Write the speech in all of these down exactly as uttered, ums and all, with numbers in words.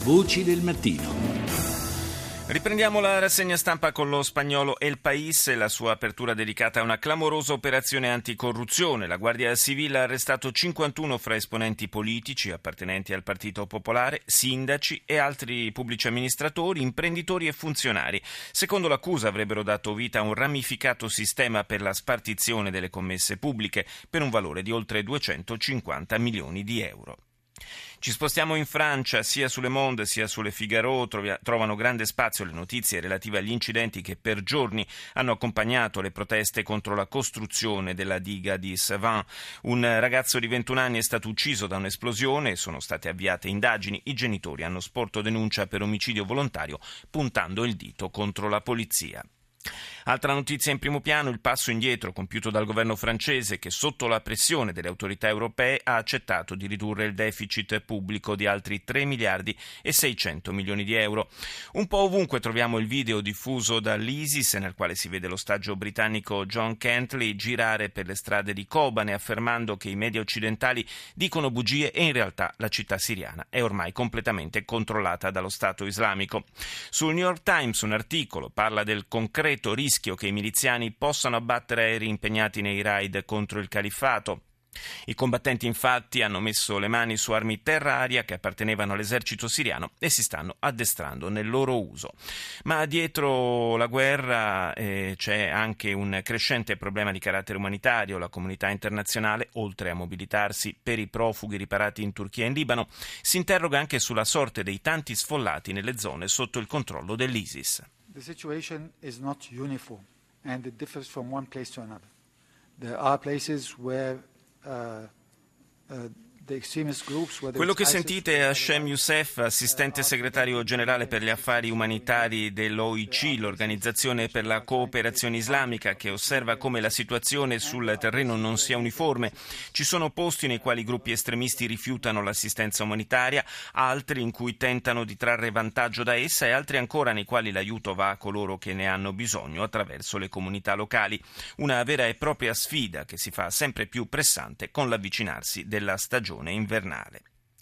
Voci del mattino. Riprendiamo la rassegna stampa con lo spagnolo El País e la sua apertura dedicata a una clamorosa operazione anticorruzione. La Guardia Civile ha arrestato cinquantuno fra esponenti politici appartenenti al Partito Popolare, sindaci e altri pubblici amministratori, imprenditori e funzionari. Secondo l'accusa avrebbero dato vita a un ramificato sistema per la spartizione delle commesse pubbliche per un valore di oltre duecentocinquanta milioni di euro. Ci spostiamo in Francia, sia sulle Monde sia sulle Figaro trovano grande spazio le notizie relative agli incidenti che per giorni hanno accompagnato le proteste contro la costruzione della diga di Sevin. Un ragazzo di ventuno anni è stato ucciso da un'esplosione e sono state avviate indagini. I genitori hanno sporto denuncia per omicidio volontario puntando il dito contro la polizia. Altra notizia in primo piano, il passo indietro compiuto dal governo francese che sotto la pressione delle autorità europee ha accettato di ridurre il deficit pubblico di altri tre miliardi e seicento milioni di euro. Un po' ovunque troviamo il video diffuso dall'ISIS nel quale si vede l'ostaggio britannico John Kentley girare per le strade di Kobane affermando che i media occidentali dicono bugie e in realtà la città siriana è ormai completamente controllata dallo Stato islamico. Sul New York Times un articolo parla del concreto rischio che i miliziani possano abbattere aerei impegnati nei raid contro il califfato. I combattenti infatti hanno messo le mani su armi terra-aria che appartenevano all'esercito siriano e si stanno addestrando nel loro uso. Ma dietro la guerra eh, c'è anche un crescente problema di carattere umanitario. La comunità internazionale, oltre a mobilitarsi per i profughi riparati in Turchia e in Libano, si interroga anche sulla sorte dei tanti sfollati nelle zone sotto il controllo dell'ISIS. The situation is not uniform and it differs from one place to another. There are places where uh, uh, Quello che sentite è Hashem Youssef, assistente segretario generale per gli affari umanitari dell'O I C, l'Organizzazione per la Cooperazione Islamica, che osserva come la situazione sul terreno non sia uniforme. Ci sono posti nei quali gruppi estremisti rifiutano l'assistenza umanitaria, altri in cui tentano di trarre vantaggio da essa e altri ancora nei quali l'aiuto va a coloro che ne hanno bisogno attraverso le comunità locali. Una vera e propria sfida che si fa sempre più pressante con l'avvicinarsi della stagione invernale.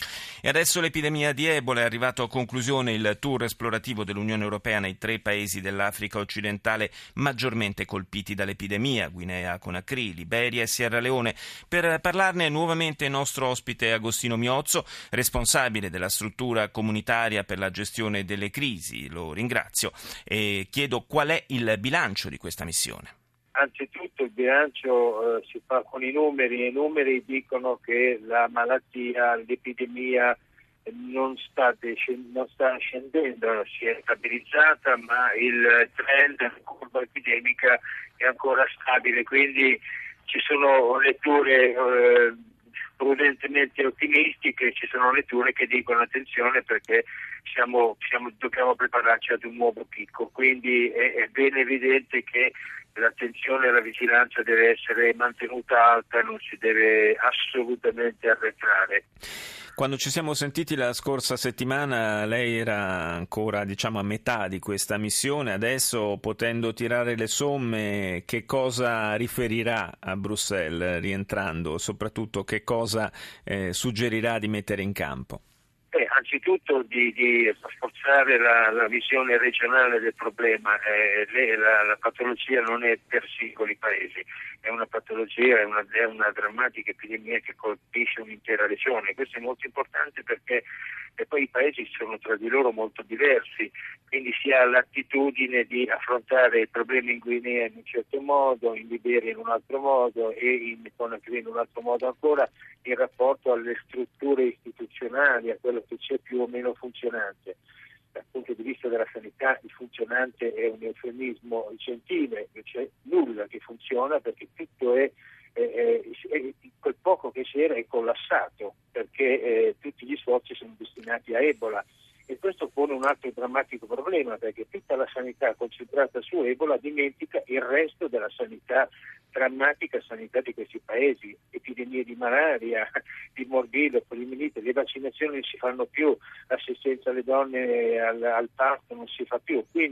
E adesso l'epidemia di Ebola è arrivato a conclusione il tour esplorativo dell'Unione Europea nei tre paesi dell'Africa occidentale maggiormente colpiti dall'epidemia, Guinea Conakry, Liberia e Sierra Leone. Per parlarne nuovamente il nostro ospite Agostino Miozzo, responsabile della struttura comunitaria per la gestione delle crisi. Lo ringrazio e chiedo qual è il bilancio di questa missione. Anzitutto il bilancio eh, si fa con i numeri e i numeri dicono che la malattia, l'epidemia non sta, descend- non sta scendendo, si è stabilizzata, ma il trend, la curva epidemica è ancora stabile, quindi ci sono letture eh, prudentemente ottimistiche, ci sono letture che dicono attenzione perché siamo, siamo, dobbiamo prepararci ad un nuovo picco, quindi è, è ben evidente che l'attenzione e la vigilanza deve essere mantenuta alta, non si deve assolutamente arretrare. Quando ci siamo sentiti la scorsa settimana lei era ancora diciamo a metà di questa missione, adesso potendo tirare le somme che cosa riferirà a Bruxelles rientrando, soprattutto che cosa eh, suggerirà di mettere in campo? Eh, anzitutto di, di rafforzare la, la visione regionale del problema. Eh, le, la, la patologia non è per singoli paesi, è una patologia, è una, è una drammatica epidemia che colpisce un'intera regione. Questo è molto importante perché e poi i paesi sono tra di loro molto diversi, quindi si ha l'attitudine di affrontare i problemi in Guinea in un certo modo, in Liberia in un altro modo e in Conakry in un altro modo ancora, in rapporto alle strutture istituzionali, a quello che c'è più o meno funzionante. Dal punto di vista della sanità il funzionante è un eufemismo gentile, non c'è nulla che funziona perché tutto è Eh, eh, quel poco che c'era è collassato perché eh, tutti gli sforzi sono destinati a Ebola e questo pone un altro drammatico problema perché tutta la sanità concentrata su Ebola dimentica il resto della sanità drammatica sanità di questi paesi, epidemie di malaria, di morbillo, poliomielite, le vaccinazioni non si fanno più, l'assistenza alle donne al, al parto non si fa più, quindi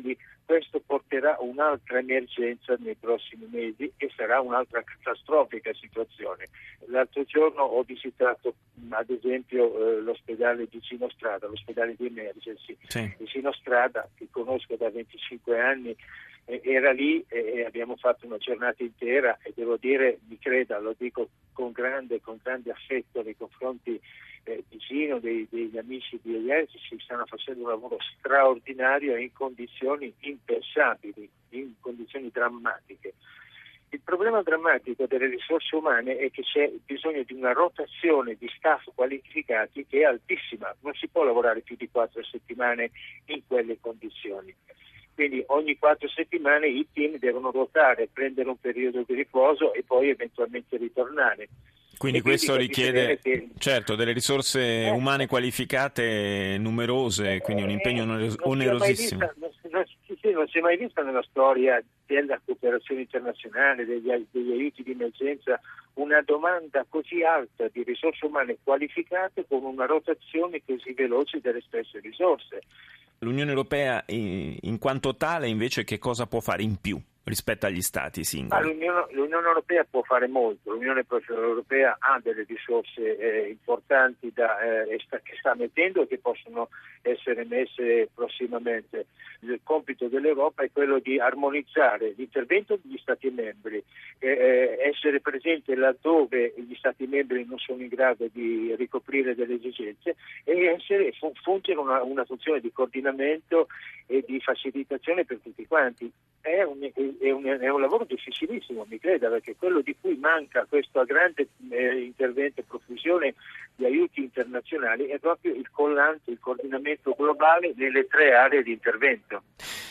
questo porterà un'altra emergenza nei prossimi mesi e sarà un'altra catastrofica situazione. L'altro giorno ho visitato ad esempio eh, l'ospedale di Sinostrada, l'ospedale di emergency sì. di Sinostrada, che conosco da venticinque anni. Era lì e abbiamo fatto una giornata intera e devo dire, mi creda, lo dico con grande, con grande affetto nei confronti eh, di Gino, dei, degli amici di Iesi, si stanno facendo un lavoro straordinario in condizioni impensabili, in condizioni drammatiche. Il problema drammatico delle risorse umane è che c'è bisogno di una rotazione di staff qualificati che è altissima, non si può lavorare più di quattro settimane in quelle condizioni. Quindi ogni quattro settimane i team devono ruotare, prendere un periodo di riposo e poi eventualmente ritornare. Quindi e questo quindi richiede che... certo delle risorse eh, umane qualificate numerose, quindi un impegno eh, onerosissimo. Non si, non, non, sì, sì, non si è mai vista nella storia della cooperazione internazionale, degli, degli aiuti di emergenza, una domanda così alta di risorse umane qualificate con una rotazione così veloce delle stesse risorse. L'Unione Europea in quanto tale invece che cosa può fare in più rispetto agli Stati singoli? L'Unione, L'Unione Europea può fare molto, l'Unione Europea ha delle risorse eh, importanti da, eh, che sta mettendo e che possono essere messe prossimamente. Il compito dell'Europa è quello di armonizzare l'intervento degli Stati membri, eh, essere presente laddove gli Stati membri non sono in grado di ricoprire delle esigenze e essere, fungere una, una funzione di coordinamento e di facilitazione per tutti quanti. È un, è, un, è un lavoro difficilissimo, mi creda, perché quello di cui manca questo grande eh, intervento e profusione di aiuti internazionali è proprio il collante, il coordinamento globale nelle tre aree di intervento.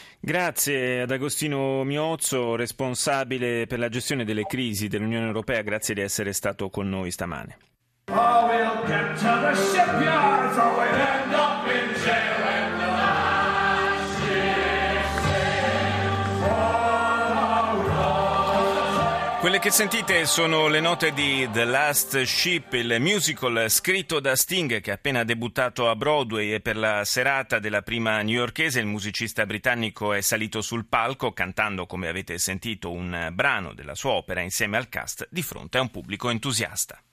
Grazie ad Agostino Miozzo, responsabile per la gestione delle crisi dell'Unione Europea, grazie di essere stato con noi stamane. Oh, we'll get to the shipyards or we'll end up in jail and the Quelle che sentite sono le note di The Last Ship, il musical scritto da Sting che ha appena debuttato a Broadway, e per la serata della prima newyorkese il musicista britannico è salito sul palco cantando, come avete sentito, un brano della sua opera insieme al cast di fronte a un pubblico entusiasta.